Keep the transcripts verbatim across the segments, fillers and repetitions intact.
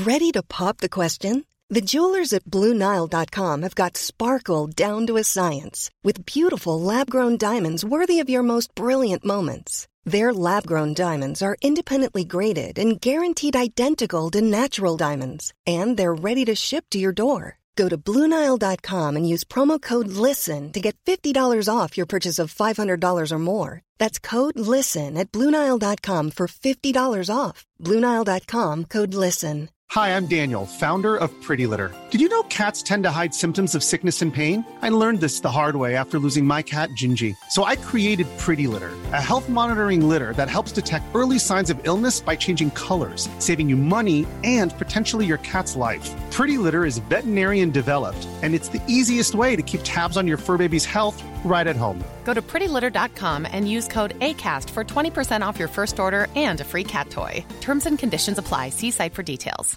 Ready to pop the question? The jewelers at Blue Nile dot com have got sparkle down to a science with beautiful lab-grown diamonds worthy of your most brilliant moments. Their lab-grown diamonds are independently graded and guaranteed identical to natural diamonds, and they're ready to ship to your door. Go to Blue Nile dot com and use promo code LISTEN to get fifty dollars off your purchase of five hundred dollars or more. That's code LISTEN at Blue Nile dot com for fifty dollars off. Blue Nile dot com, code LISTEN. Hi, I'm Daniel, founder of Pretty Litter. Did you know cats tend to hide symptoms of sickness and pain? I learned this the hard way after losing my cat, Gingy. So I created Pretty Litter, a health monitoring litter that helps detect early signs of illness by changing colors, saving you money and potentially your cat's life. Pretty Litter is veterinarian developed, and it's the easiest way to keep tabs on your fur baby's health right at home. Go to pretty litter dot com and use code ACAST for twenty percent off your first order and a free cat toy. Terms and conditions apply. See site for details.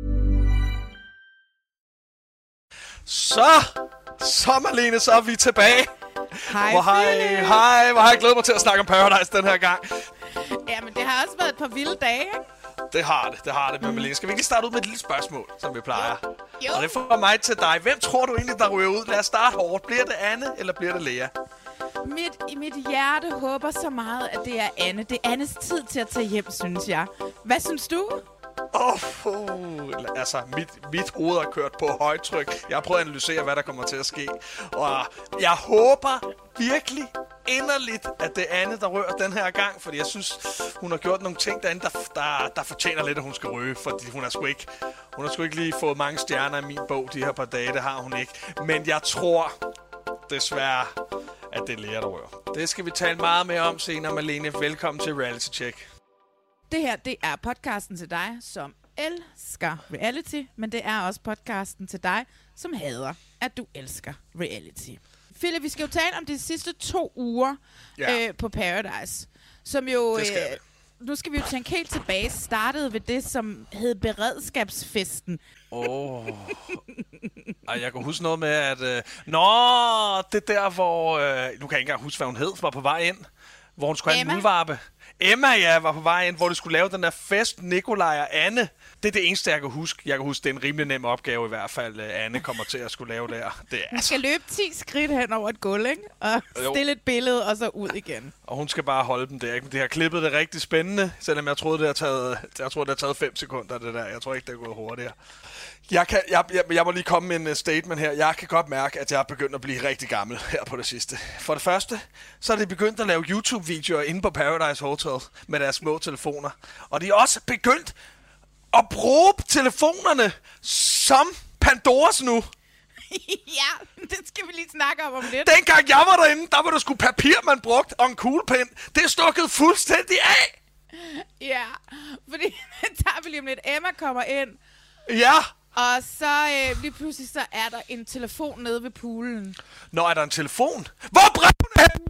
Så, så Malene, så er vi tilbage. Hej, hvor har jeg, hej, hvor har jeg glædet mig til at snakke om Paradise den her gang. Jamen, det har også været et par vilde dage, ikke? Det har det, det har det med mm. Malene. Skal vi ikke starte ud med et lille spørgsmål, som vi plejer? Jo. Jo. Og det får mig til dig. Hvem tror du egentlig, der ryger ud? Lad os starte hårdt. Bliver det Anne, eller bliver det Lea? Mit, i mit hjerte håber så meget, at det er Anne. Det er Annes tid til at tage hjem, synes jeg. Hvad synes du? Oh, oh, altså, mit, mit hoved er kørt på højtryk. Jeg har prøvet at analysere, hvad der kommer til at ske. Og jeg håber virkelig inderligt, at det er Anne, der rører den her gang. Fordi jeg synes, hun har gjort nogle ting derinde, der, der, der fortjener lidt, at hun skal røge. Fordi hun har sgu ikke, hun har sgu ikke lige fået mange stjerner i min bog de her par dage. Det har hun ikke. Men jeg tror desværre, at det er Lea, der rører. Det skal vi tale meget mere om senere, Malene. Velkommen til Reality Check. Det her, det er podcasten til dig, som elsker reality, men det er også podcasten til dig, som hader, at du elsker reality. Philip, vi skal jo tale om de sidste to uger ja. øh, på Paradise, som jo... Det skal øh, nu skal vi jo tænke helt tilbage. Startede ved det, som hed beredskabsfesten. Åh. Oh. Ej, jeg kan huske noget med, at... Øh... Nå, det der, hvor... Øh... Nu kan jeg ikke engang huske, hvad hun hed, var på vej ind. Hvor hun skulle have en muldvarpe. Emma, ja, var på vej ind, hvor de skulle lave den der fest, Nikolaj og Anne. Det er det eneste, jeg kan huske. Jeg kan huske, det er en rimelig nem opgave i hvert fald, Anne kommer til at skulle lave der. Det er hun skal løbe ti skridt hen over et gulv, ikke? Og stille et billede, og så ud igen. Og hun skal bare holde dem der, ikke? Men det har klippet det rigtig spændende, selvom jeg troede, det har taget, jeg troede, det har taget fem sekunder, det der. Jeg tror ikke, det er gået hurtigere. Jeg, kan, jeg, jeg, jeg må lige komme med en statement her. Jeg kan godt mærke, at jeg er begyndt at blive rigtig gammel her på det sidste. For det første, så er de begyndt at lave YouTube-videoer inde på Paradise Hotel med deres små telefoner. Og de er også begyndt at bruge telefonerne som Pandoras nu. Ja, det skal vi lige snakke om om lidt. Dengang jeg var derinde, der var der sgu papir, man brugte, og en kuglepen. Det er stukket fuldstændig af. Ja, fordi tager vi lige om lidt. Emma kommer ind. Ja. Og så øh, lige pludselig så er der en telefon nede ved poolen. Nå, er der en telefon? Hvor er brevene hen?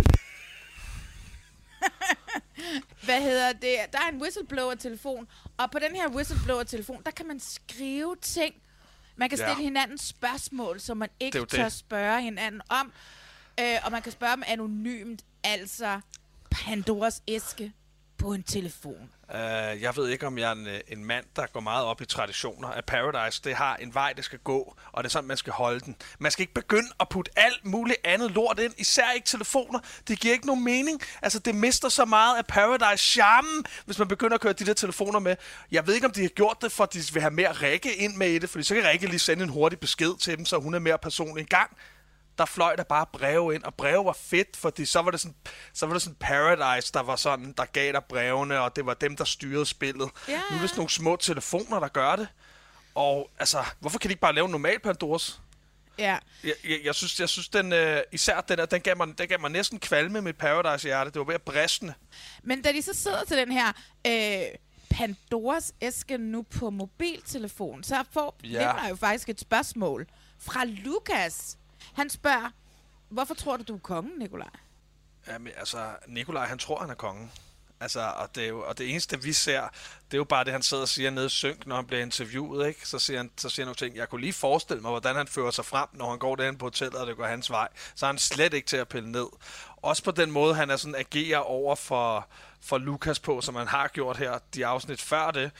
Hvad hedder det? Der er en whistleblower-telefon. Og på den her whistleblower-telefon, der kan man skrive ting. Man kan stille ja. hinanden spørgsmål, som man ikke tør det. spørge hinanden om. Øh, og man kan spørge dem anonymt. Altså Pandoras æske på en telefon. Uh, jeg ved ikke, om jeg er en, en mand, der går meget op i traditioner. At Paradise, det har en vej, det skal gå, og det er sådan, man skal holde den. Man skal ikke begynde at putte alt muligt andet lort ind, især ikke telefoner. Det giver ikke nogen mening. Altså, det mister så meget af Paradise charmen, hvis man begynder at køre de der telefoner med. Jeg ved ikke, om de har gjort det, for de vil have mere Rikke ind med i det, fordi så kan Rikke lige sende en hurtig besked til dem, så hun er mere personlig en gang. Der fløj der bare breve ind, og breve var fedt, fordi så var det sådan, så var det sådan Paradise, der var sådan, der gav dig brevene, og det var dem, der styrede spillet. Ja. Nu er det sådan nogle små telefoner, der gør det. Og altså, hvorfor kan de ikke bare lave en normal Pandoras? Ja. Jeg, jeg, jeg synes, jeg synes den, øh, især den der, den gav, mig, den gav mig næsten kvalme med Paradise-hjerte. Det var ved at bristende. Men da de så sidder til den her øh, Pandoras æske nu på mobiltelefon, så får ja. jo faktisk et spørgsmål fra Lukas. Han spørger, hvorfor tror du, du er kongen, Nikolaj? Jamen, altså, Nikolaj, han tror, han er kongen. Altså, og det, er jo, og det eneste, vi ser, det er jo bare det, han sidder og siger nede i synk, når han bliver interviewet, ikke? Så siger han, så siger han nogle ting. Jeg kunne lige forestille mig, hvordan han fører sig frem, når han går derhen på hotellet, og det går hans vej. Så er han slet ikke til at pille ned. Også på den måde, han er sådan agerer over for, for Lukas på, som han har gjort her, de afsnit før det.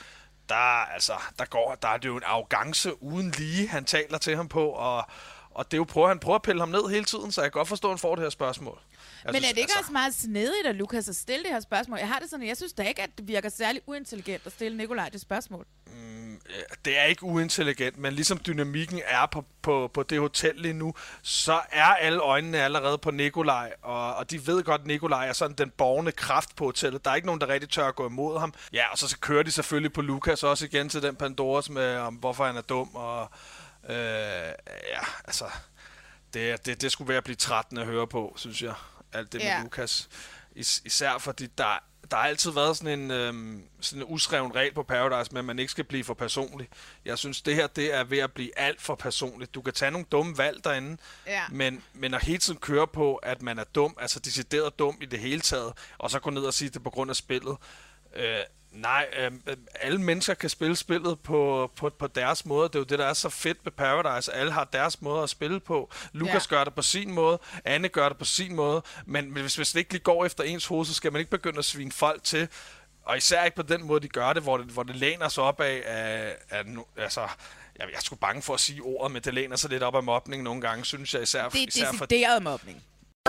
der, altså, der, går, der er det jo en arrogance uden lige, han taler til ham på, og, og det er jo prøver, han prøver at pille ham ned hele tiden, så jeg kan godt forstå, at han får det her spørgsmål. Jeg Men synes, er det ikke altså, også meget snedigt af Lukas at stille det her spørgsmål? Jeg har det sådan, jeg synes da ikke, at det virker særlig uintelligent at stille Nikolaj det spørgsmål. Mm, det er ikke uintelligent, men ligesom dynamikken er på, på, på det hotel lige nu, så er alle øjnene allerede på Nikolaj, og, og de ved godt, at Nikolaj er sådan den borgende kraft på hotellet. Der er ikke nogen, der rigtig tør at gå imod ham. Ja, og så, så kører de selvfølgelig på Lukas også igen til den Pandoras med, om hvorfor han er dum, og øh, ja, altså, det, det, det skulle være at blive trættende at høre på, synes jeg. Alt det med ja. Lukas. Is- især fordi der, der har altid været sådan en, øhm, sådan en uskreven regel på Paradise, med at man ikke skal blive for personlig. Jeg synes, det her det er ved at blive alt for personligt. Du kan tage nogle dumme valg derinde, ja. men, men at hele tiden køre på, at man er dum, altså decideret dum i det hele taget, og så gå ned og sige det på grund af spillet. Øh, nej, øh, alle mennesker kan spille spillet på, på, på deres måde. Det er jo det, der er så fedt med Paradise. Alle har deres måde at spille på. Lukas ja. gør det på sin måde, Anne gør det på sin måde, men hvis, hvis det ikke lige går efter ens hoved, så skal man ikke begynde at svine folk til. Og især ikke på den måde, de gør det, hvor det, hvor det læner sig op af, af, af altså... Jeg er sgu bange for at sige ordet, men det læner sig lidt op af mobning nogle gange, synes jeg især. Det er især decideret for... mobning.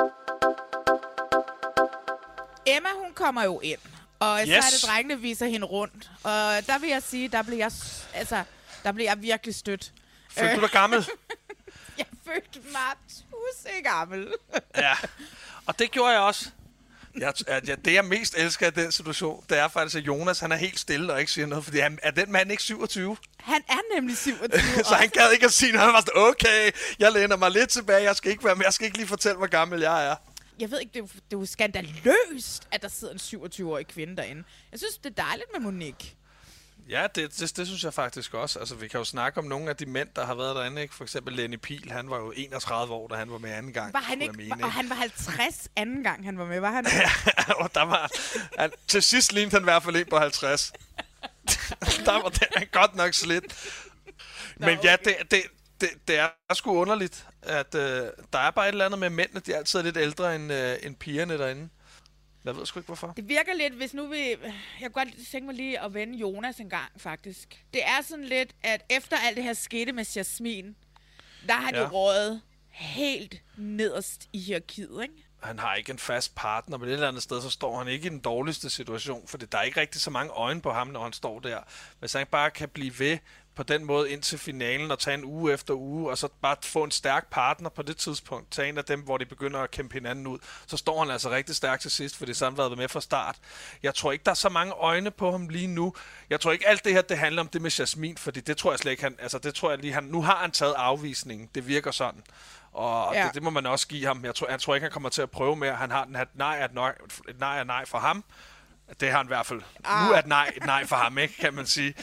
Emma, hun kommer jo ind. Og yes. så er det drengene, viser hende rundt. Og der vil jeg sige, der bliver jeg, altså, der bliver jeg virkelig stødt. Følte du dig gammel? Jeg følte mig tusse gammel. Ja, og det gjorde jeg også. Jeg, jeg, det, jeg mest elsker i den situation, det er faktisk, at Jonas han er helt stille og ikke siger noget. Fordi han, er den mand ikke syvogtyve? Han er nemlig syvogtyve. Så han gad ikke at sige noget. Han var sådan, okay, jeg læner mig lidt tilbage. Jeg skal ikke være med. Jeg skal ikke lige fortælle, hvor gammel jeg er. Jeg ved ikke, det er, jo, det er jo skandaløst, at der sidder en syvogtyve-årig kvinde derinde. Jeg synes, det er dejligt med Monique. Ja, det, det, det synes jeg faktisk også. Altså, vi kan jo snakke om nogle af de mænd, der har været derinde. Ikke? For eksempel Lenny Pihl, han var jo enogtredive år, da han var med anden gang. Var han ikke, mene, og han var halvtreds anden gang, han var med, var han? Ja, og der var... Han, til sidst lignede han i hvert fald en på halvtreds. Der var det han godt nok slidt. Men okay. ja, det... det Det, det er sgu underligt, at øh, der er bare et eller andet med mændene, de er altid lidt ældre end, øh, end pigerne derinde. Jeg ved sgu ikke, hvorfor. Det virker lidt, hvis nu vi... Jeg kunne godt tænke mig lige at vende Jonas en gang, faktisk. Det er sådan lidt, at efter alt det her skete med Jasmin, der har ja. de rådet helt nederst i hierarkiet, ikke? Han har ikke en fast partner, men et eller andet sted, så står han ikke i den dårligste situation, for der er ikke rigtig så mange øjne på ham, når han står der. Hvis han bare kan blive ved på den måde ind til finalen og tage en uge efter uge, og så bare få en stærk partner på det tidspunkt, tage en af dem, hvor de begynder at kæmpe hinanden ud, så står han altså rigtig stærkt til sidst, fordi så har han været med fra start. Jeg tror ikke, der er så mange øjne på ham lige nu. Jeg tror ikke, alt det her, det handler om det med Jasmin, fordi det tror jeg slet ikke, han, altså det tror jeg lige, han, nu har han taget afvisningen. Det virker sådan. Og ja. det, det må man også give ham. Jeg tror, jeg tror ikke, han kommer til at prøve mere. Han har et nej er et nej, et nej er nej for ham. Det har han i hvert fald. Ah. Nu er et nej et nej for ham, ikke, kan man sige.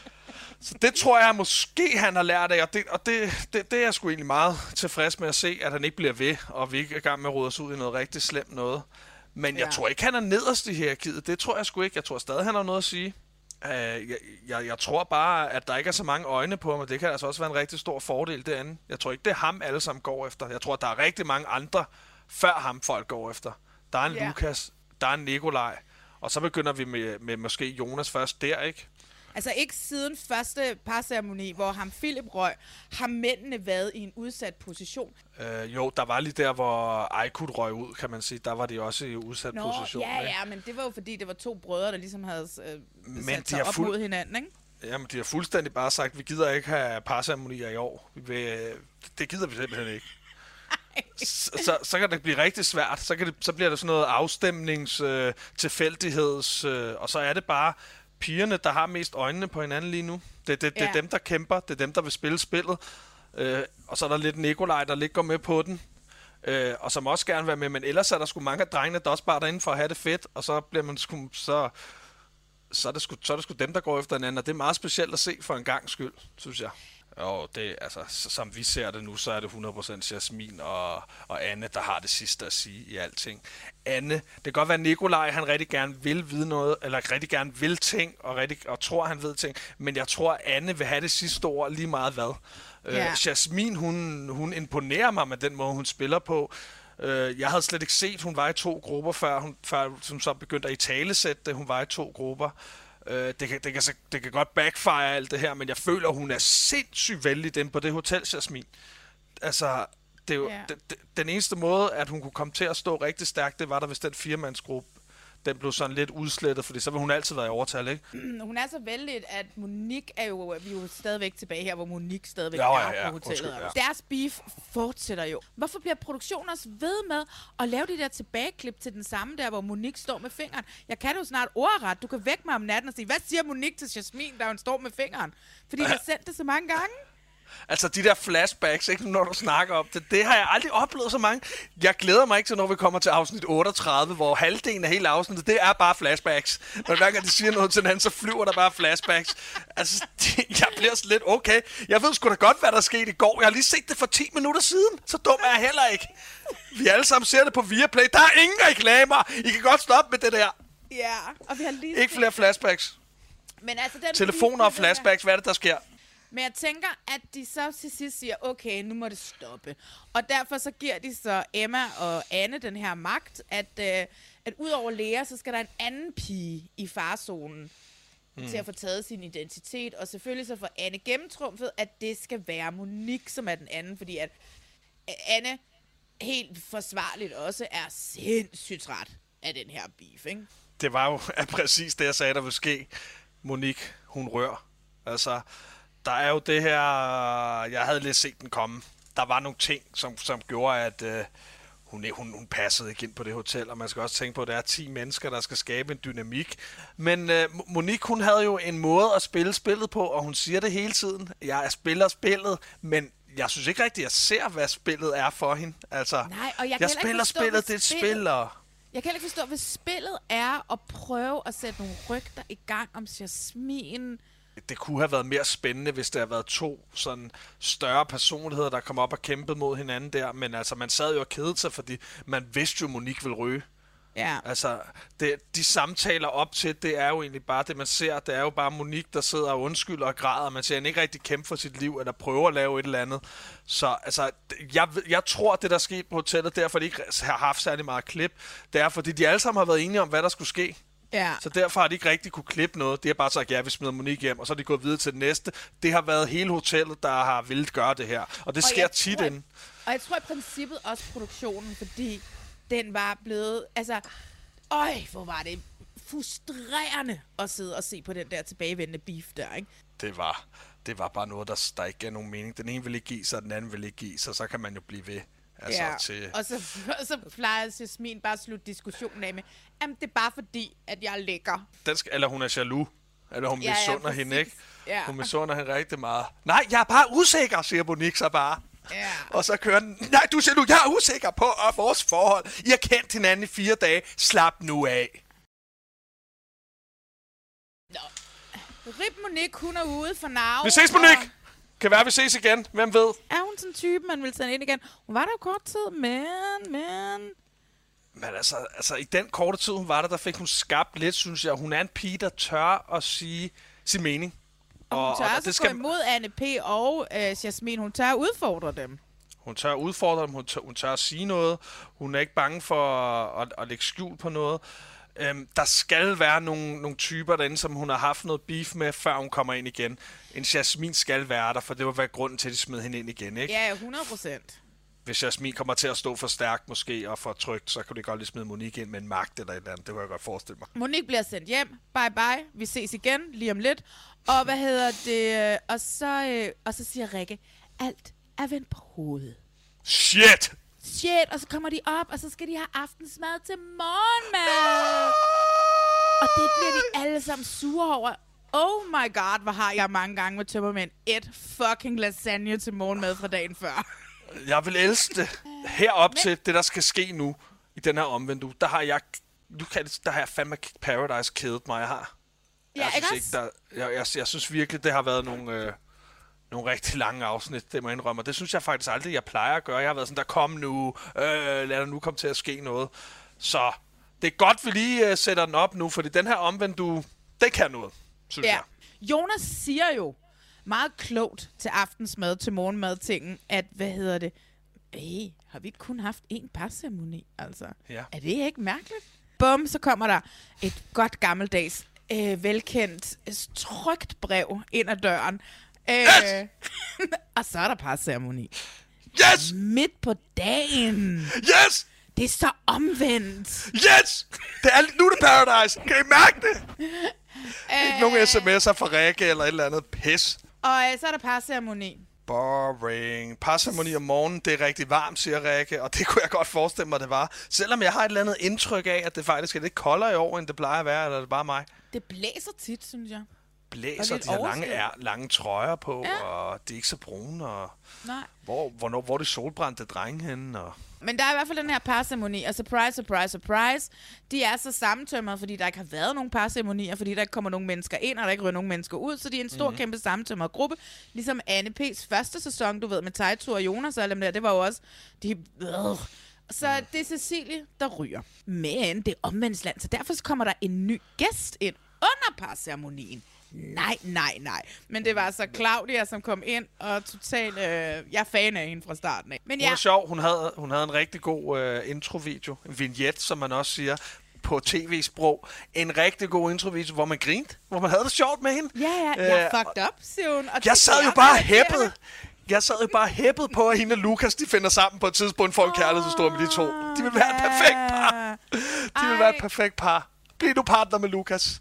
Så det tror jeg måske, han har lært af, og det, og det, det, det er jeg sgu egentlig meget tilfreds med at se, at han ikke bliver ved, og vi ikke er i gang med at rode os ud i noget rigtig slemt noget. Men jeg ja. tror ikke, han er nederst i hierarkiet. Det tror jeg sgu ikke. Jeg tror stadig, han har noget at sige. Uh, jeg, jeg, jeg tror bare, at der ikke er så mange øjne på ham, og det kan altså også være en rigtig stor fordel derinde. Jeg tror ikke, det er ham alle sammen går efter. Jeg tror, at der er rigtig mange andre før ham, folk går efter. Der er en yeah. Lukas, der er en Nikolaj, og så begynder vi med, med måske Jonas først der, ikke? Altså ikke siden første parceremoni, hvor ham Philip røg, har mændene været i en udsat position. Øh, jo, der var lige der, hvor Aykut røg ud, kan man sige. Der var de også i udsat Nå, position. ja, ikke? ja, men det var jo fordi, det var to brødre, der ligesom havde øh, men sat de sig op fuld... mod hinanden, ikke? Jamen, de har fuldstændig bare sagt, vi gider ikke have parceremonier i år. Vi vil... Det gider vi simpelthen ikke. så, så, så kan det blive rigtig svært. Så, kan det, så bliver det sådan noget afstemnings, øh, tilfældigheds, øh, og så er det bare pigerne, der har mest øjnene på hinanden lige nu. Det, det, det ja. er dem, der kæmper. Det er dem, der vil spille spillet. Øh, og så er der lidt Nikolaj, der ligger med på den. Øh, og som også gerne vil være med. Men ellers er der sgu mange af drengene, der også bare derinde for at have det fedt. Og så bliver man sgu... Så, så, er det sgu, så er det sgu dem, der går efter hinanden. Og det er meget specielt at se for en gang skyld, synes jeg. Jo, det, altså, som vi ser det nu, så er det hundrede procent Jasmin og, og Anne, der har det sidste at sige i alting. Anne, det kan godt være, at Nikolaj, han rigtig gerne vil vide noget, eller rigtig gerne vil ting, og, rigtig, og tror, han ved ting, men jeg tror, at Anne vil have det sidste ord lige meget hvad. Ja. Øh, Jasmin, hun, hun imponerer mig med den måde, hun spiller på. Øh, jeg havde slet ikke set, hun var i to grupper, før hun, før hun så begyndte at italesætte det, hun var i to grupper. Øh, det, kan, det, kan, det kan godt backfire alt det her, men jeg føler, hun er sindssygt vældig den på det hotel, Jasmin. Altså, det er jo, yeah. det, det, den eneste måde, at hun kunne komme til at stå rigtig stærkt, det var der, hvis den firemandsgruppe, den blev sådan lidt udslettet, fordi så vil hun altid være i overtal, ikke? Hun er så vældig, at Monique er jo, vi er jo stadigvæk tilbage her, hvor Monique stadigvæk ja, ja, er ja, på hotellet. Undskyld, ja. Deres beef fortsætter jo. Hvorfor bliver produktionen også ved med at lave de der tilbageklip til den samme der, hvor Monique står med fingeren? Jeg kan jo snart ordret. Du kan vække mig om natten og sige, hvad siger Monique til Jasmin, da hun står med fingeren? Fordi jeg har sendt det så mange gange. Altså, de der flashbacks, ikke, når du snakker om det, det har jeg aldrig oplevet så mange. Jeg glæder mig ikke til, når vi kommer til afsnit otteogtredive, hvor halvdelen af hele afsnittet, det er bare flashbacks. Når hver gang de siger noget til hinanden, så flyver der bare flashbacks. Altså, de, jeg bliver så lidt okay. Jeg ved sgu da godt, hvad der skete i går. Jeg har lige set det for ti minutter siden. Så dum er jeg heller ikke. Vi alle sammen ser det på Viaplay. Der er ingen reklamer. I kan godt stoppe med det der. Ja, og vi har lige ikke flere flashbacks. Men altså, den telefoner og flashbacks, hvad er det, der sker? Men jeg tænker, at de så til sidst siger, okay, nu må det stoppe. Og derfor så giver de så Emma og Anne den her magt, at, øh, at ud over Lea, så skal der en anden pige i farzonen mm. til at få taget sin identitet. Og selvfølgelig så får Anne gennemtrumfet, at det skal være Monique, som er den anden. Fordi at Anne helt forsvarligt også er sindssygt træt af den her beef, ikke? Det var jo præcis det, jeg sagde, der ville ske. Monique, hun rør. Altså... Der er jo det her, jeg havde lidt set den komme. Der var nogle ting, som, som gjorde, at øh, hun, hun, hun passede ikke ind på det hotel, og man skal også tænke på, at der er ti mennesker, der skal skabe en dynamik. Men øh, Monique, hun havde jo en måde at spille spillet på, og hun siger det hele tiden. Jeg spiller spillet, men jeg synes ikke rigtigt, at jeg ser, hvad spillet er for hende. Altså, Nej, og jeg, jeg spiller forstå, spillet, det er et spil, og... Jeg kan ikke forstå, hvad spillet er at prøve at sætte nogle rygter i gang om Jasmin. Det kunne have været mere spændende, hvis der havde været to sådan større personligheder, der kom op og kæmpede mod hinanden der. Men altså, man sad jo og kedede sig, fordi man vidste jo, Monique ville ryge. Ja. Altså, det, de samtaler op til, det er jo egentlig bare det, man ser. Det er jo bare Monique, der sidder og undskylder og græder. Man ser hende ikke rigtig kæmpe for sit liv, eller prøver at lave et eller andet. Så altså, jeg, jeg tror, det der skete på hotellet, derfor de ikke har haft særlig meget klip. Det er, fordi de alle sammen har været enige om, hvad der skulle ske. Ja. Så derfor har de ikke rigtig kunne klippe noget. De har bare sagt, ja, vi smider Monique hjem, og så er de gået videre til det næste. Det har været hele hotellet, der har villet gøre det her. Og det og sker tit tror, inden. Og jeg tror i princippet også produktionen, fordi den var blevet... Altså, øj, hvor var det frustrerende at sidde og se på den der tilbagevendende beef der, ikke? Det var, det var bare noget, der, der ikke gav nogen mening. Den ene ville ikke give sig, den anden ville ikke give sig, så kan man jo blive ved. Altså ja, til... og så, så plejer Jasmin bare at slutte diskussionen af med, jamen det er bare fordi, at jeg er lækker. Den skal, eller hun er jaloux. Eller hun ja, misunder ja, hende, ikke? Ja. Hun misunder hende rigtig meget. Nej, jeg er bare usikker, siger Monique så bare. Ja. Og så kører den, nej, du siger nu, jeg er usikker på at vores forhold. I har kendt hinanden i fire dage. Slap nu af. Nå. Rip Monique, hun er ude for nav. Vi ses, Monique! Og... Kan være, vi ses igen. Hvem ved? Er hun sådan en type, man vil sende ind igen? Hun var der jo kort tid, men, men... Men altså, altså, i den korte tid, hun var der, der fik hun skabt lidt, synes jeg. Hun er en pige, der tør at sige sin mening. Og hun tør og, og det skal... gå imod Anne P. og øh, Jasmin. Hun tør at udfordre dem. Hun tør at udfordre dem. Hun tør, hun tør at sige noget. Hun er ikke bange for at, at, at lægge skjul på noget. Øhm, der skal være nogle, nogle typer derinde, som hun har haft noget beef med, før hun kommer ind igen. En Jasmin skal være der, for det vil være grunden til, at de smed hende ind igen, ikke? Ja, hundrede procent. Hvis Jasmin kommer til at stå for stærkt måske, og for trygt, så kan de godt lige smide Monique ind med en magt eller et eller andet. Det kan jeg godt forestille mig. Monique bliver sendt hjem. Bye bye. Vi ses igen lige om lidt. Og hvad hedder det? Og så, øh, og så siger Rikke, alt er vendt på hovedet. Shit! Shit, og så kommer de op, og så skal de have aftensmad til morgenmad. Og det bliver de alle sammen sure over. Oh my god, hvor har jeg mange gange med tømmermænd et fucking lasagne til morgenmad fra dagen før. Jeg vil elske det. Herop Men... til det, der skal ske nu, i den her omvendt uge, der har jeg, nu kan det, der har jeg fandme Paradise kædet mig, jeg har. Ja, jeg, ikke synes ikke, der, jeg, jeg, jeg synes virkelig, det har været nogle... Øh, Nogle rigtig lange afsnit, det må jeg indrømme. Og det synes jeg faktisk aldrig, jeg plejer at gøre. Jeg har været sådan, der kom nu, øh, lad der nu komme til at ske noget. Så det er godt, vi lige uh, sætter den op nu, fordi den her omvendt, du, det kan noget, synes ja. jeg. Jonas siger jo meget klogt til aftensmad, til morgenmad-tingen, at, hvad hedder det, hey, har vi ikke kun haft én parceremoni, altså? Ja. Er det ikke mærkeligt? Bum, så kommer der et godt gammeldags øh, velkendt, trygt brev ind ad døren. Øh, Yes! og så er der parceremoni. Yes! Midt på dagen. Yes! Det er så omvendt. Yes! Det er, nu er det Paradise. Kan I mærke det? Øh, Ikke nogen sms'er fra Rikke eller et eller andet pis. Og øh, så er der parceremoni. Boring. Parceremoni om morgenen, det er rigtig varmt, siger Rikke, og det kunne jeg godt forestille mig, det var. Selvom jeg har et eller andet indtryk af, at det faktisk er lidt koldere i år, end det plejer at være, eller er det bare mig? Det blæser tit, synes jeg. Blæser, de har lange, er, lange trøjer på, ja. Og de er ikke så brune, og Nej. Hvor, hvornår, hvor er det solbrændte drenge henne? Og... Men der er i hvert fald den her parceremoni, og surprise, surprise, surprise, de er så sammentømret, fordi der ikke har været nogen parceremonier, fordi der ikke kommer nogen mennesker ind, og der ikke ryger nogen mennesker ud, så de er en stor, mm-hmm. kæmpe sammentømret gruppe. Ligesom Anne P's første sæson, du ved, med Tejtur og Jonas og alle dem der, det var jo også... De, øh. Så mm. det er Cecilie, der ryger. Men det er omvendsland, så derfor kommer der en ny gæst ind under parceremonien. Nej, nej, nej. Men det var så Claudia, som kom ind, og totalt... Øh, jeg er fan af hende fra starten af. Men hun ja. er sjov. Hun havde, hun havde en rigtig god øh, introvideo. En vignette, som man også siger på tv-sprog. En rigtig god introvideo, hvor man grinte. Hvor man havde det sjovt med hende. Ja, ja. Jeg er fucked up, siger hun. Jeg sad jo bare hæppet. Jeg sad jo bare hæppet på, at hende og Lukas, de finder sammen på et tidspunkt for en kærlighedshistorie med de to. De vil være et perfekt par. De vil være et perfekt par. Bliv du partner med Lukas.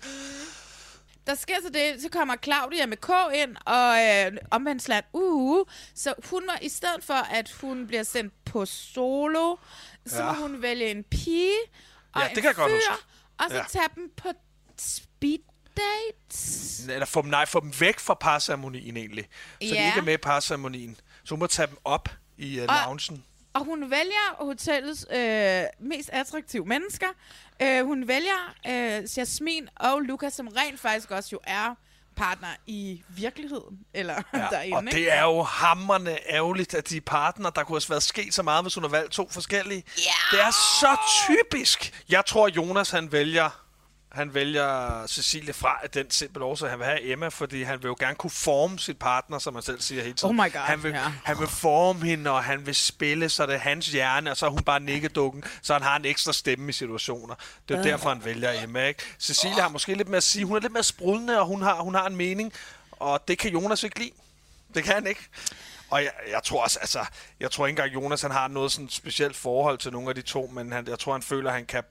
Der sker så det, så kommer Claudia med K ind, og øh, omvendsland, uh, så hun var, i stedet for, at hun bliver sendt på solo, så ja. må hun vælge en pige og ja, en det kan fyr, jeg godt og så ja. tage dem på speed dates. Eller få dem, nej, få dem væk fra parceremonien egentlig, så ja. de ikke er med i parceremonien. Så hun må tage dem op i uh, loungen. Og hun vælger hotellets øh, mest attraktive mennesker. Øh, hun vælger øh, Jasmin og Lukas, som rent faktisk også jo er partner i virkeligheden. Eller ja, derinde, og det er jo hamrende ærgerligt, at de er partner. Der kunne have været sket så meget, hvis hun har valgt to forskellige. Yeah. Det er så typisk. Jeg tror, Jonas han vælger... Han vælger Cecilie fra af den simple årsag, han vil have Emma, fordi han vil jo gerne kunne forme sit partner, som man selv siger hele tiden. Oh my God, han, vil, ja. han vil forme hende, og han vil spille, så det er hans hjerne, og så er hun bare nikkedukken, så han har en ekstra stemme i situationer. Det er jo uh. derfor, han vælger Emma, ikke? Cecilie uh. har måske lidt mere at sige, hun er lidt mere sprudlende, og hun har, hun har en mening, og det kan Jonas ikke lide. Det kan han ikke. Og jeg, jeg tror også, altså, jeg tror ikke engang, Jonas han har noget sådan specielt forhold til nogle af de to, men han, jeg tror, han føler, at han kan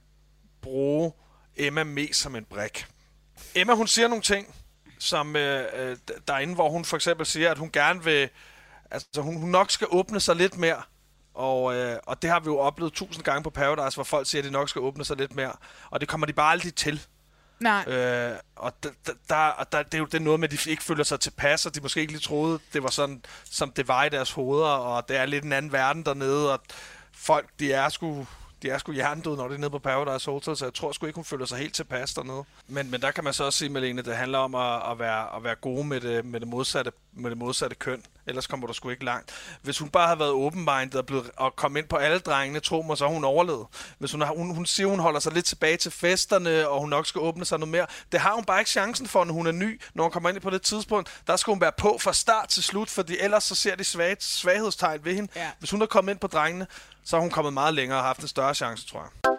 bruge Emma mest som en brik. Emma, hun siger nogle ting, som øh, derinde, hvor hun for eksempel siger, at hun gerne vil, altså hun, hun nok skal åbne sig lidt mere, og, øh, og det har vi jo oplevet tusind gange på Paradise, hvor folk siger, at de nok skal åbne sig lidt mere, og det kommer de bare aldrig til. Nej. Øh, og der, der, der, det er jo det er noget med, at de ikke føler sig tilpas, og de måske ikke lige troede, det var sådan, som det var i deres hoveder, og det er lidt en anden verden dernede, og folk, de er sgu... De er sgu hjernedøde, når de er nede på Paradise Hotel, så jeg tror sgu ikke, hun føler sig helt tilpas dernede. Men, men der kan man så også sige, Malene, det handler om at, at, være, at være gode med det, med, det modsatte, med det modsatte køn. Ellers kommer du sgu ikke langt. Hvis hun bare havde været open-minded og, blevet, og kom ind på alle drengene, tro mig, så har hun overlevet. Hvis hun, har, hun, hun siger, hun holder sig lidt tilbage til festerne, og hun nok skal åbne sig noget mere. Det har hun bare ikke chancen for, når hun er ny, når hun kommer ind på det tidspunkt. Der skal hun være på fra start til slut, fordi ellers så ser de svag, svaghedstegn ved hende. Ja. Hvis hun er kommet ind på drengene, så har hun kommet meget længere og haft en større chance, tror jeg.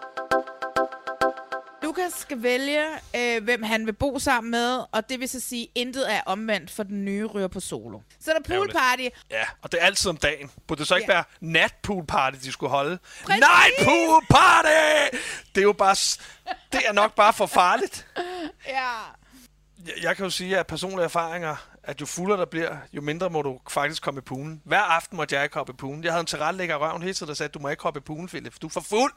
Lukas skal vælge, øh, hvem han vil bo sammen med, og det vil så sige, intet er omvendt for den nye ryger på solo. Så er der poolparty. Ja, og det er altid om dagen. Burde det så ikke ja. være natpoolparty, de skulle holde? Præcis. Night poolparty! Det er jo bare... Det er nok bare for farligt. Ja. Jeg, jeg kan jo sige, at personlige erfaringer, at jo fuldere der bliver, jo mindre må du faktisk komme i poolen. Hver aften måtte jeg ikke hoppe i poolen. Jeg havde en tilrettelægger af røven hele tiden, der sagde, at du må ikke hoppe i poolen, Philip, for du er for fuld.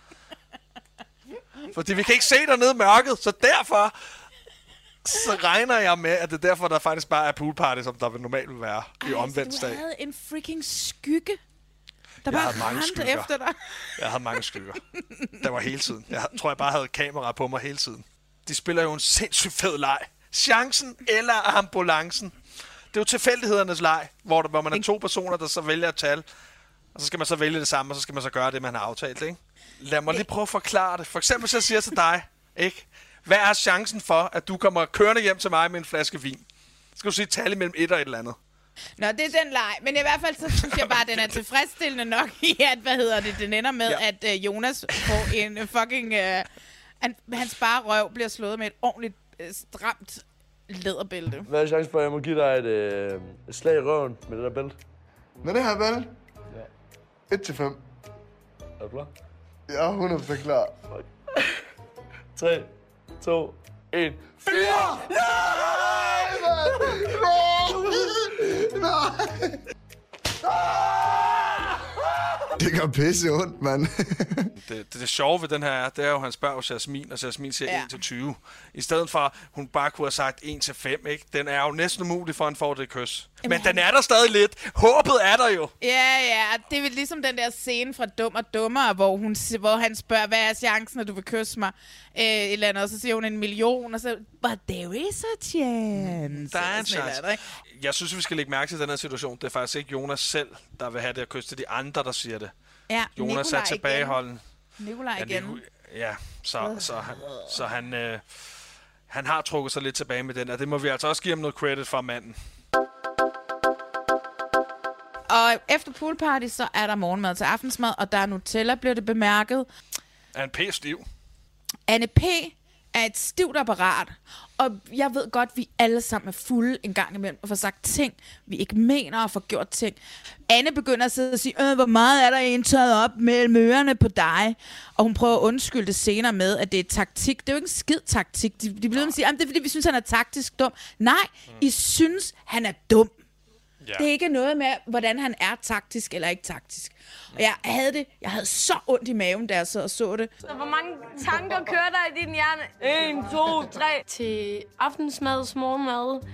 Fordi vi kan ikke se dig nede i mørket, så derfor så regner jeg med, at det er derfor, der faktisk bare er poolparty, som der vil normalt vil være i omvendt dag. Du havde en freaking skygge, der jeg bare havde mange rendte efter dig. Jeg havde mange skygger. Der var hele tiden. Jeg tror, jeg bare havde kamera på mig hele tiden. De spiller jo en sindssygt fed leg. Chancen eller ambulancen. Det er jo tilfældighedernes leg, hvor, der, hvor man er to personer, der så vælger et tal, og så skal man så vælge det samme, og så skal man så gøre det, man har aftalt, ikke? Lad mig lige prøve at forklare det. For eksempel, hvis jeg siger til dig, ikke? Hvad er chancen for, at du kommer kørende hjem til mig med en flaske vin? Så skal du sige tal imellem et og et eller andet. Nå, det er den leg. Men i hvert fald, så synes jeg bare, at den er tilfredsstillende nok i, at, hvad hedder det, den ender med, ja. at uh, Jonas får en uh, fucking... Uh, Han, hans bare røv bliver slået med et ordentligt øh, stramt læderbælte. Hvad er chancen for, at jeg må give dig et, øh, et slag i røven med det der bælte? Med det her bælte? Ja. et til fem. Er du klar? Jeg er hundrede procent klar. tre, to, et. fire! Nej, mand! Nej! Det gør pisse ondt, mand. det, det, det sjove ved den her er, det er jo, at han spørger Jasmin, og Jasmin siger ja. en til tyve. I stedet for, hun bare kunne have sagt en til fem, ikke? Den er jo næsten umulig for, at han får det kys. Jamen, Men han... den er der stadig lidt. Håbet er der jo. Ja, ja. Det er vel ligesom den der scene fra Dum og Dummere, hvor, hun, hvor han spørger, hvad er chancen, at du vil kysse mig? Øh, et eller andet, og så siger hun en million, og så, but there is a chance. Der er en chance. Der, jeg synes, vi skal lægge mærke til den her situation. Det er faktisk ikke Jonas selv, der vil have det at kysse. Det er de andre, der siger det. Ja, Jonas er tilbageholden. Nikolaj igen. Ja, så, så han, så han, øh, han har trukket sig lidt tilbage med den, og det må vi altså også give ham noget credit for manden. Og efter poolparty, så er der morgenmad til aftensmad, og der er Nutella, bliver det bemærket. Er en p-stiv? Anne P. er et stivt apparat, og jeg ved godt, vi alle sammen er fulde en gang imellem og får sagt ting, vi ikke mener og får gjort ting. Anne begynder at sidde og sige, øh, hvor meget er der indtaget op mellem ørerne på dig? Og hun prøver at undskylde det senere med, at det er taktik. Det er jo ikke en skid taktik. De, de bliver ved at sige, det er fordi, vi synes, han er taktisk dum. Nej, mm. I synes, han er dum. Ja. Det er ikke noget med, hvordan han er taktisk eller ikke taktisk. Og jeg havde det, jeg havde så ondt i maven, da jeg så og så det. Så hvor mange tanker kører der i din hjerne? En, to, tre. Til aftensmads, morgenmad,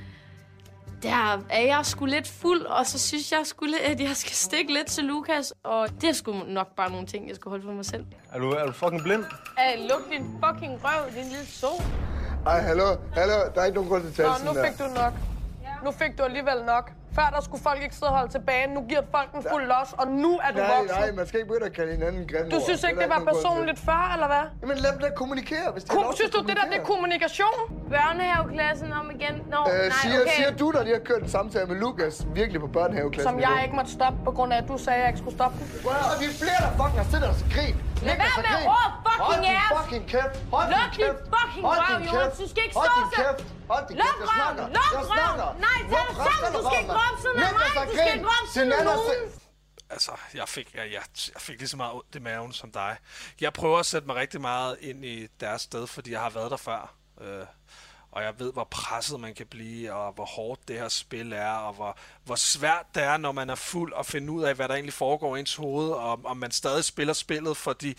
der er jeg sgu lidt fuld, og så synes jeg sgu, at jeg skal stikke lidt til Lukas. Og det er sgu nok bare nogle ting, jeg skal holde for mig selv. Er du, er du fucking blind? Ej, luk din fucking røv, din lille sol. Ej, hallo, hallo, der er ikke nogen grund til at tale sådan der. Nå, nu fik du nok. Nu fik du alligevel nok. Før der skulle folk ikke sidde og holde tilbage. Nu giver folk en fuld los, og nu er du nej, voksen. Nej, man skal ikke begynde at kalde hinanden grimme. Du synes ikke, det var personligt før, eller hvad? Jamen lad dem da kommunikere, hvis de Ko- har Synes du, det der det er kommunikation? Børnehaveklassen om igen? Nå, no, øh, nej, siger, okay. Siger du, der lige har kørt en samtale med Lukas, virkelig på børnehaveklassen? Som jeg ikke måtte stoppe, på grund af, at du sagde, at jeg ikke skulle stoppe den. Og vi er flere, der fucking har siddet os og grin. Lad være med at råbe fucking ass! Hold din fucking kæft! Hold din kæft! Luk din fucking røv, Jonas! Du skal ikke stå så! Hold din kæft! Luk røven! Luk røven! Nej, tag dig sammen! Du skal ikke råbe sådan af mig! Du skal ikke råbe sådan af nogen! Altså, jeg fik, jeg, jeg, jeg fik lige så meget ondt i maven som dig. Jeg prøver at sætte mig rigtig meget ind i deres sted, fordi jeg har været der før. Øh, og jeg ved, hvor presset man kan blive, og hvor hårdt det her spil er, og hvor, hvor svært det er, når man er fuld, at finde ud af, hvad der egentlig foregår i ens hoved, og om man stadig spiller spillet, fordi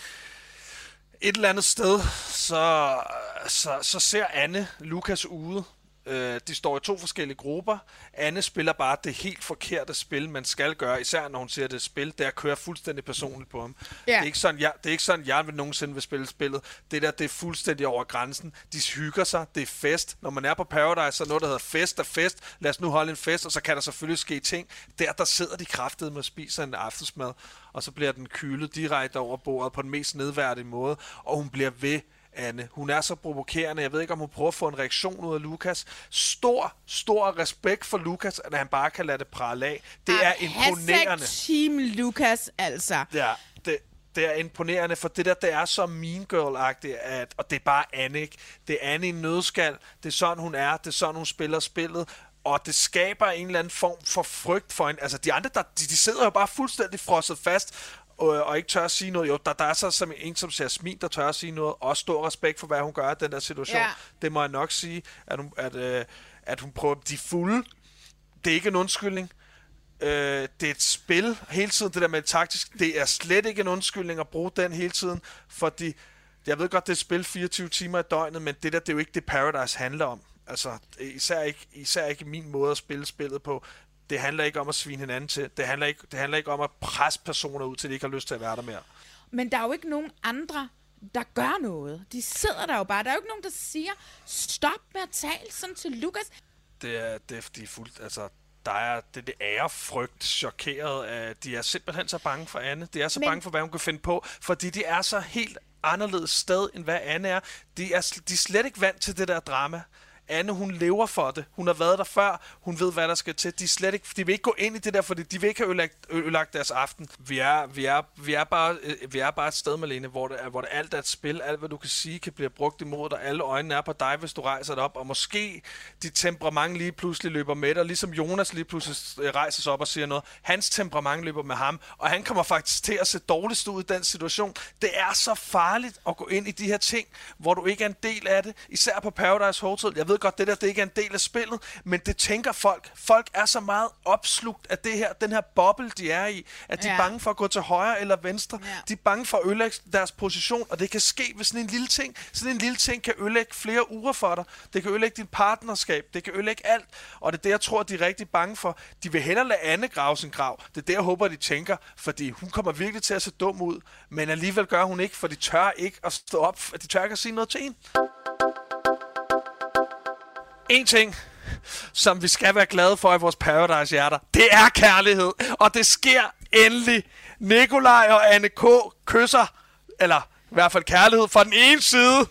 et eller andet sted, så, så, så ser Anne Lukas ude. Øh, de står i to forskellige grupper. Anne spiller bare det helt forkerte spil, man skal gøre, især når hun siger, det er spil, det er at køre fuldstændig personligt på ham. Yeah. Det er ikke sådan, jeg, det er ikke sådan, jeg vil nogensinde vil spille spillet. Det der, det er fuldstændig over grænsen. De hygger sig, det er fest. Når man er på Paradise, så er noget, der hedder fest er fest. Lad os nu holde en fest, og så kan der selvfølgelig ske ting. Der, der sidder de kraftede med at spise en aftensmad, og så bliver den kylet direkte over bordet på den mest nedværdige måde, og hun bliver ved. Anne. Hun er så provokerende. Jeg ved ikke, om hun prøver at få en reaktion ud af Lukas. Stor, stor respekt for Lukas, at han bare kan lade det prale af. Det er imponerende. Team Lukas, altså. Ja, det, det er imponerende, for det der, det er så mean girl-agtigt, at, og det er bare Anne, ikke? Det er Anne i en nødskal. Det er sådan, hun er. Det er sådan, hun spiller spillet. Og det skaber en eller anden form for frygt for hende. Altså, de andre, der, de, de sidder jo bare fuldstændig frosset fast, og ikke tør at sige noget. Jo, der, der er så som en som Jasmin, der tør at sige noget, og stor respekt for, hvad hun gør i den der situation. Ja. Det må jeg nok sige, at hun, at, øh, at hun prøver de fulde. Det er ikke en undskyldning. Øh, det er et spil hele tiden, det der med taktisk. Det er slet ikke en undskyldning at bruge den hele tiden, fordi jeg ved godt, det er et spil fireogtyve timer i døgnet, men det der, det er jo ikke det Paradise handler om. Altså, især ikke, især ikke min måde at spille spillet på. Det handler ikke om at svine hinanden til. Det handler ikke, det handler ikke om at presse personer ud til, de ikke har lyst til at være der mere. Men der er jo ikke nogen andre, der gør noget. De sidder der jo bare. Der er jo ikke nogen, der siger, stop med at tale sådan til Lukas. Det er, det er, de er fuldt, altså, der er det, det er frygt, chokeret. Af, de er simpelthen så bange for Anne. De er så Men... bange for, hvad hun kan finde på, fordi de er så helt anderledes sted, end hvad Anne er. De er, de er slet ikke vant til det der drama. Anne, hun lever for det. Hun har været der før. Hun ved, hvad der skal til. De, slet ikke, de vil ikke gå ind i det der, fordi de vil ikke have ødelagt, ødelagt deres aften. Vi er, vi er, vi er, bare, vi er bare et sted, Malene, hvor det, er, hvor det alt er et spil. Alt, hvad du kan sige, kan blive brugt imod dig. Alle øjnene er på dig, hvis du rejser dig op. Og måske dit temperament lige pludselig løber med dig. Ligesom Jonas lige pludselig rejser sig op og siger noget. Hans temperament løber med ham. Og han kommer faktisk til at se dårligst ud i den situation. Det er så farligt at gå ind i de her ting, hvor du ikke er en del af det. Især på Paradise Hotel. Jeg ved godt, det der det ikke er en del af spillet, men det tænker folk. Folk er så meget opslugt af det her, den her boble, de er i, at de ja. er bange for at gå til højre eller venstre. Ja. De er bange for at ødelægge deres position, og det kan ske ved sådan en lille ting. Sådan en lille ting kan ødelægge flere uger for dig. Det kan ødelægge dit partnerskab. Det kan ødelægge alt. Og det er det, jeg tror, de er rigtig bange for. De vil hellere lade Anne grave sin grav. Det er det, jeg håber, de tænker, fordi hun kommer virkelig til at se dum ud, men alligevel gør hun ikke, for de tør ikke at stå op. De tør ikke at sige noget til hende. En ting, som vi skal være glade for i vores Paradise-hjerter, det er kærlighed. Og det sker endelig. Nikolaj og Anne K. kysser, eller i hvert fald kærlighed fra den ene side.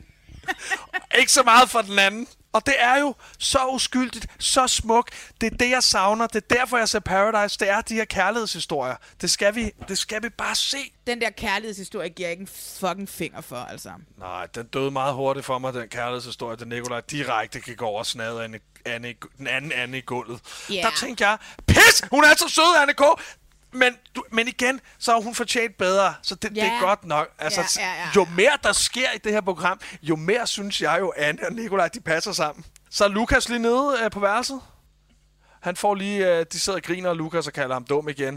Ikke så meget fra den anden. Og det er jo så uskyldigt, så smukt. Det er det, jeg savner. Det er derfor, jeg ser Paradise. Det er de her kærlighedshistorier. Det skal vi, det skal vi bare se. Den der kærlighedshistorie giver ikke en fucking finger for, altså. Nej, den døde meget hurtigt for mig, den kærlighedshistorie. Den Nikolaj direkte kan gå over og snade Anne, Anne, den anden Anne i gulvet. Yeah. Der tænkte jeg, pis! Hun er så sød, Anne K! Men, du, men igen, så har hun fortjent bedre, så det, yeah. det er godt nok. Altså, yeah, yeah, yeah. Jo mere der sker i det her program, jo mere synes jeg jo, Anne og Nikolaj, de passer sammen. Så er Lukas lige nede øh, på værelset. Han får lige, øh, de sidder og griner, og Lukas og kalder ham dum igen.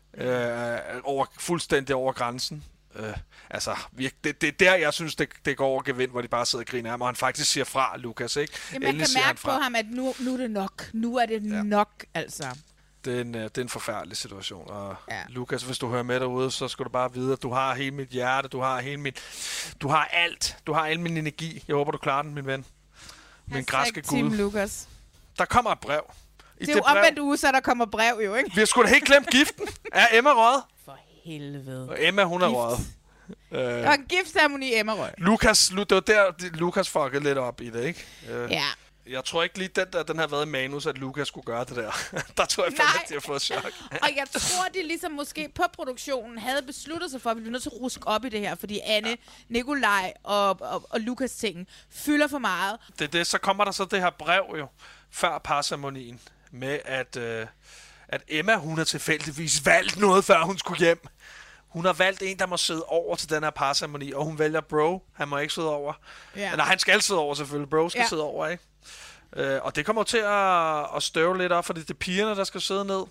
Øh, over, fuldstændig over grænsen. Øh, altså, det, det er der, jeg synes, det, det går over gevind, hvor de bare sidder og griner af ham, og han faktisk siger fra, Lukas, ikke? Ja, man kan mærke på ham, at nu, nu er det nok. Nu er det ja. nok, altså. Det er, en, det er en forfærdelig situation, og ja. Lukas, hvis du hører med derude, så skal du bare vide, at du har hele mit hjerte, du har hele mit, du har alt, du har al min energi. Jeg håber, du klarer den, min ven. Min græske gud. Lukas. Der kommer et brev. I det er jo omvendt uge, så der kommer brev jo, ikke? Vi har sgu da helt glemt giften. Er Emma røget? For helvede. Og Emma, hun er røget. Der var en giftceremoni, Emma røg. Lukas, det var der, Lukas fuckede lidt op i det, ikke? Ja. Jeg tror ikke lige, den der, den har været i manus, at Lukas skulle gøre det der. Der tror jeg faktisk, at de har fået chok. Og jeg tror, de ligesom måske på produktionen havde besluttet sig for, at vi bliver nødt til at ruske op i det her, fordi Anne, ja. Nikolaj og, og, og Lukas ting fylder for meget. Det er det, så kommer der så det her brev jo, før parceremonien, med at, øh, at Emma, hun har tilfældigvis valgt noget, før hun skulle hjem. Hun har valgt en, der må sidde over til den her parceremoni, og hun vælger Bro. Han må ikke sidde over. Ja. Nej, han skal sidde over selvfølgelig. Bro skal ja. sidde over, ikke? Uh, og det kommer til at, at støve lidt op, fordi det er pigerne, der skal sidde ned,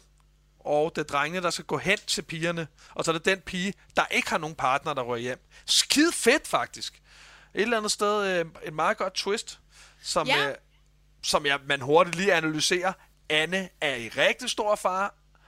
og det er drengene, der skal gå hen til pigerne. Og så er det den pige, der ikke har nogen partner, der rører hjem. Skide fedt, faktisk. Et eller andet sted, uh, et meget godt twist, som, ja. uh, som jeg, man hurtigt lige analyserer. Anne er i rigtig stor fare,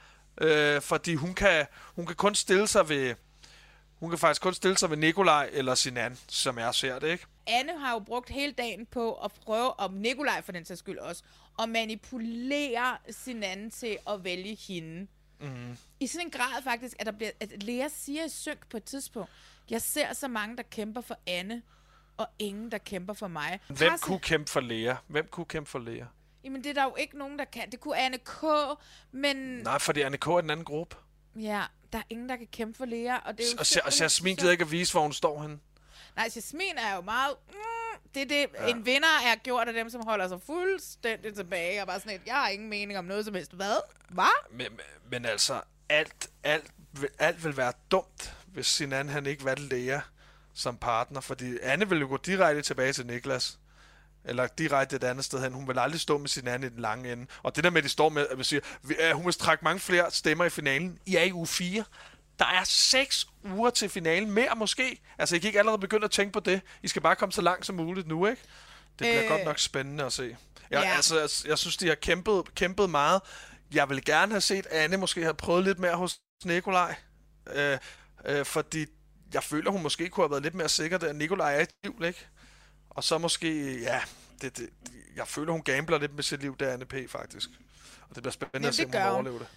uh, fordi hun kan, hun kan kun stille sig ved... Hun kan faktisk kun stille sig ved Nikolaj eller Sinan, som jeg ser det, ikke? Anne har jo brugt hele dagen på at prøve, om Nikolaj for den sags skyld også, at manipulere Sinan til at vælge hende. Mm. I sådan en grad faktisk, at, der bliver, at Lea siger i synk på et tidspunkt, jeg ser så mange, der kæmper for Anne, og ingen, der kæmper for mig. Hvem Passe... kunne kæmpe for Lea? Hvem kunne kæmpe for Lea? Jamen, det er der jo ikke nogen, der kan. Det kunne Anne K., men... Nej, fordi Anne K. er den anden gruppe. Ja, der er ingen, der kan kæmpe for Lea, og det er jo... Og, og Jasmin gider ikke at vise, hvor hun står henne. Nej, Jasmin er jo meget... Mm, det er det, ja. En vinder er gjort af dem, som holder sig fuldstændig tilbage, og bare sådan et, jeg har ingen mening om noget som helst. Hvad? Hvad? Men, men altså, alt, alt, alt vil være dumt, hvis Sinan han ikke valgte Lea som partner, fordi Anne vil jo gå direkte tilbage til Niklas. Eller direkte et andet sted hen. Hun vil aldrig stå med sin anden i den lange ende. Og det der med, at de står med, at vi siger, at hun vil trække mange flere stemmer i finalen. I er i uge fire. Der er seks uger til finalen. Mere måske. Altså, I kan ikke allerede begynde at tænke på det. I skal bare komme så langt som muligt nu, ikke? Det bliver øh, godt nok spændende at se. Jeg, ja. altså, jeg, jeg synes, de har kæmpet, kæmpet meget. Jeg vil gerne have set, at Anne måske havde prøvet lidt mere hos Nikolaj. Øh, øh, fordi jeg føler, hun måske kunne have været lidt mere sikker, der Nikolaj er i tvivl, ikke? Og så måske, ja, det, det, jeg føler, hun gambler lidt med sit liv, der Anne P. faktisk. Og det bliver spændende Jamen, at se, om hun overlever det.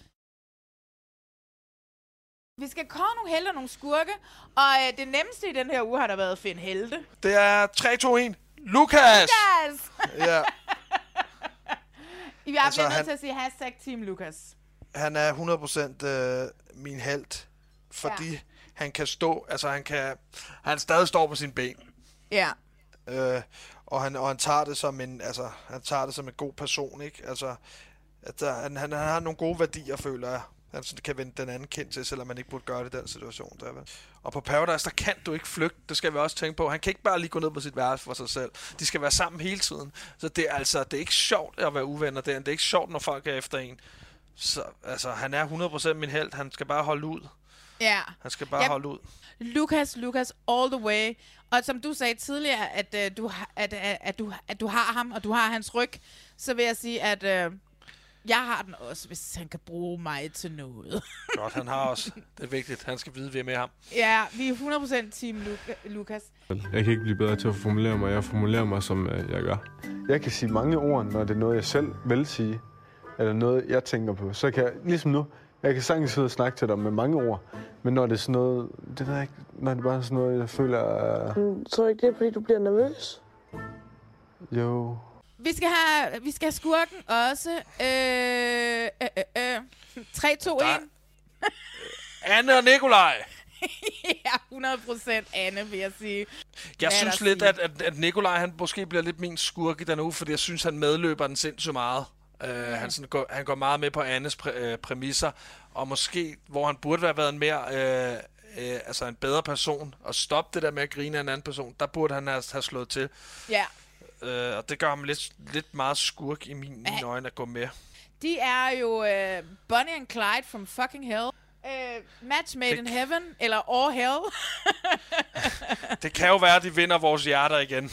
Vi skal kåre nogle helte og nogle skurke, og øh, det nemmeste i den her uge har der været at finde helte. Det er tre to en. Lukas! Lukas! Ja. Jeg altså, bliver nødt han, til at sige hashtag Team Lukas. Han er hundrede procent øh, min helt, fordi ja. han kan stå, altså han kan, han stadig står på sine ben. Ja. Øh, og han og han tager det som en, altså han tager det som en god person, ikke? Altså at der, han, han, han har nogle gode værdier, føler jeg. Han kan vende den anden kendt til, selvom man ikke burde gøre det i den situation. Der. Og på Paradise, der kan du ikke flygte. Det skal vi også tænke på. Han kan ikke bare lige gå ned på sit værelse for sig selv. De skal være sammen hele tiden. Så det er altså, det er ikke sjovt at være uvenner der. Det er ikke sjovt, når folk er efter en. Så altså, han er hundrede procent min helt. Han skal bare holde ud. Ja. Han skal bare ja. holde ud. Lukas, Lukas, all the way. Og som du sagde tidligere, at, uh, du, at, at, at, du, at du har ham, og du har hans ryg, så vil jeg sige, at... Uh, jeg har den også, hvis han kan bruge mig til noget. Godt, han har også. Det er vigtigt. Han skal vide, vi er med ham. Ja, vi er hundrede procent team Luka- Lukas. Jeg kan ikke blive bedre til at formulere mig. Jeg formulerer mig, som jeg gør. Jeg kan sige mange ord, når det er noget, jeg selv vil sige. Eller noget, jeg tænker på. Så kan jeg, ligesom nu, jeg kan sagtens sidde og snakke til dig med mange ord. Men når det er sådan noget, det ved jeg ikke, når det er bare sådan noget, jeg føler... Uh... Tror du ikke, det er, fordi du bliver nervøs? Jo... Vi skal have, vi skal have skurken også. Øh, øh, øh, øh. tre, to, et. Anne og Nikolaj. Ja, hundrede procent Anne, vil jeg sige. Jeg Hvad synes lidt, at, at, at Nikolaj, han måske bliver lidt min skurk i den uge, fordi jeg synes, han medløber den sindssygt meget. Uh, ja. han, sådan går, han går meget med på Annes præ, uh, præmisser, og måske, hvor han burde have været en mere... Uh, uh, altså en bedre person, og stoppe det der med at grine af en anden person, der burde han have, have slået til. Ja. Uh, og det gør ham lidt, lidt meget skurk i min, mine øjne at gå med. De er jo uh, Bonnie and Clyde from fucking hell. Uh, match made det, in heaven, eller all hell. Det kan jo være, at de vinder vores hjerter igen.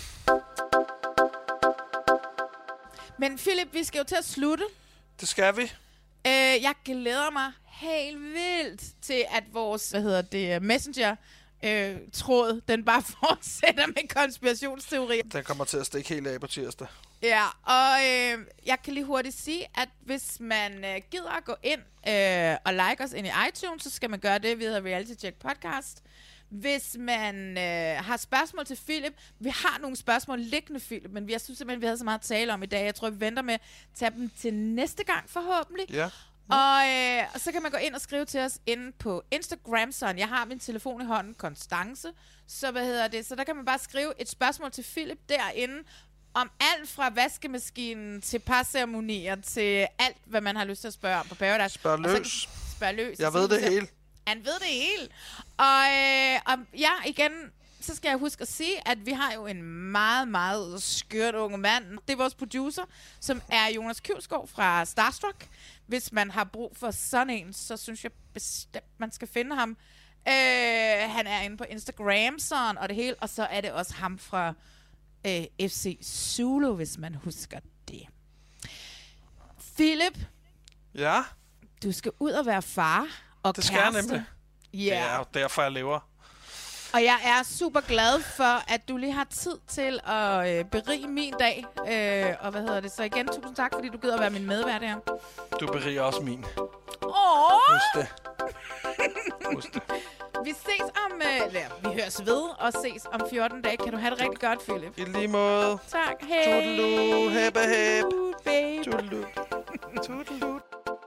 Men Philip, vi skal jo til at slutte. Det skal vi. Uh, jeg glæder mig helt vildt til, at vores, hvad hedder det, messenger... Øh, tråd, den bare fortsætter med konspirationsteorier. Den kommer til at stikke helt af på tirsdag. Ja, og øh, jeg kan lige hurtigt sige, at hvis man øh, gider at gå ind øh, og like os ind i iTunes, så skal man gøre det via Reality Check Podcast. Hvis man øh, har spørgsmål til Philip, vi har nogle spørgsmål liggende, Philip, men jeg synes simpelthen, vi havde så meget at tale om i dag. Jeg tror, vi venter med at tage dem til næste gang forhåbentlig. Ja. Og, øh, og så kan man gå ind og skrive til os inde på Instagram, sådan jeg har min telefon i hånden, Konstance, så hvad hedder det, så der kan man bare skrive et spørgsmål til Philip derinde, om alt fra vaskemaskinen til parceremonier til alt, hvad man har lyst til at spørge om på Paradise. Spørg løs. Spørg løs. Jeg ved det hele. Han ved det hele. Og, øh, og ja, igen, så skal jeg huske at sige, at vi har jo en meget, meget skørt unge mand. Det er vores producer, som er Jonas Kjølsgaard fra Starstruck. Hvis man har brug for sådan en, så synes jeg bestemt, man skal finde ham. Øh, han er inde på Instagram, sådan, og det hele. Og så er det også ham fra øh, F C Zulu, hvis man husker det. Philip. Ja? Du skal ud og være far og det skal kæreste. Jeg nemlig. Yeah. Det er jo derfor, jeg lever. Og jeg er super glad for, at du lige har tid til at øh, berige min dag. Øh, og hvad hedder det? Så igen, tusind tak, fordi du gider at være min medvært her. Du beriger også min. Åh! Husk det. Husk det. Vi ses om... Øh, eller, vi høres ved og ses om fjorten dage. Kan du have det rigtig godt, Philip? I lige måde. Tak. Hej. Toodaloo. Hæb hæb. Toodaloo. Toodaloo.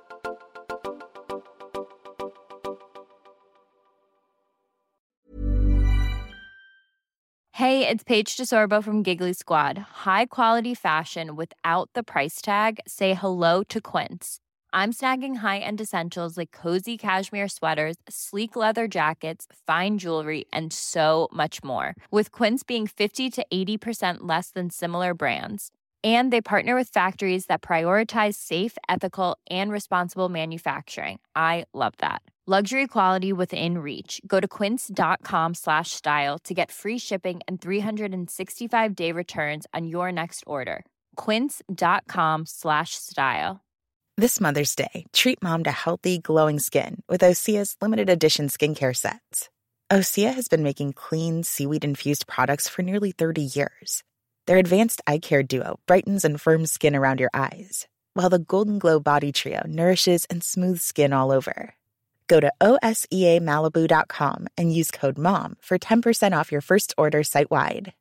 Hey, it's Paige DeSorbo from Giggly Squad. High quality fashion without the price tag. Say hello to Quince. I'm snagging high-end essentials like cozy cashmere sweaters, sleek leather jackets, fine jewelry, and so much more. With Quince being fifty to eighty percent less than similar brands. And they partner with factories that prioritize safe, ethical, and responsible manufacturing. I love that. Luxury quality within reach. Go to quince.com slash style to get free shipping and three sixty-five day returns on your next order. Quince.com slash style. This Mother's Day, treat mom to healthy, glowing skin with Osea's limited edition skincare sets. Osea has been making clean, seaweed-infused products for nearly thirty years. Their advanced eye care duo brightens and firms skin around your eyes, while the Golden Glow Body Trio nourishes and smooths skin all over. Go to O S E A Malibu dot com and use code MOM for ten percent off your first order site-wide.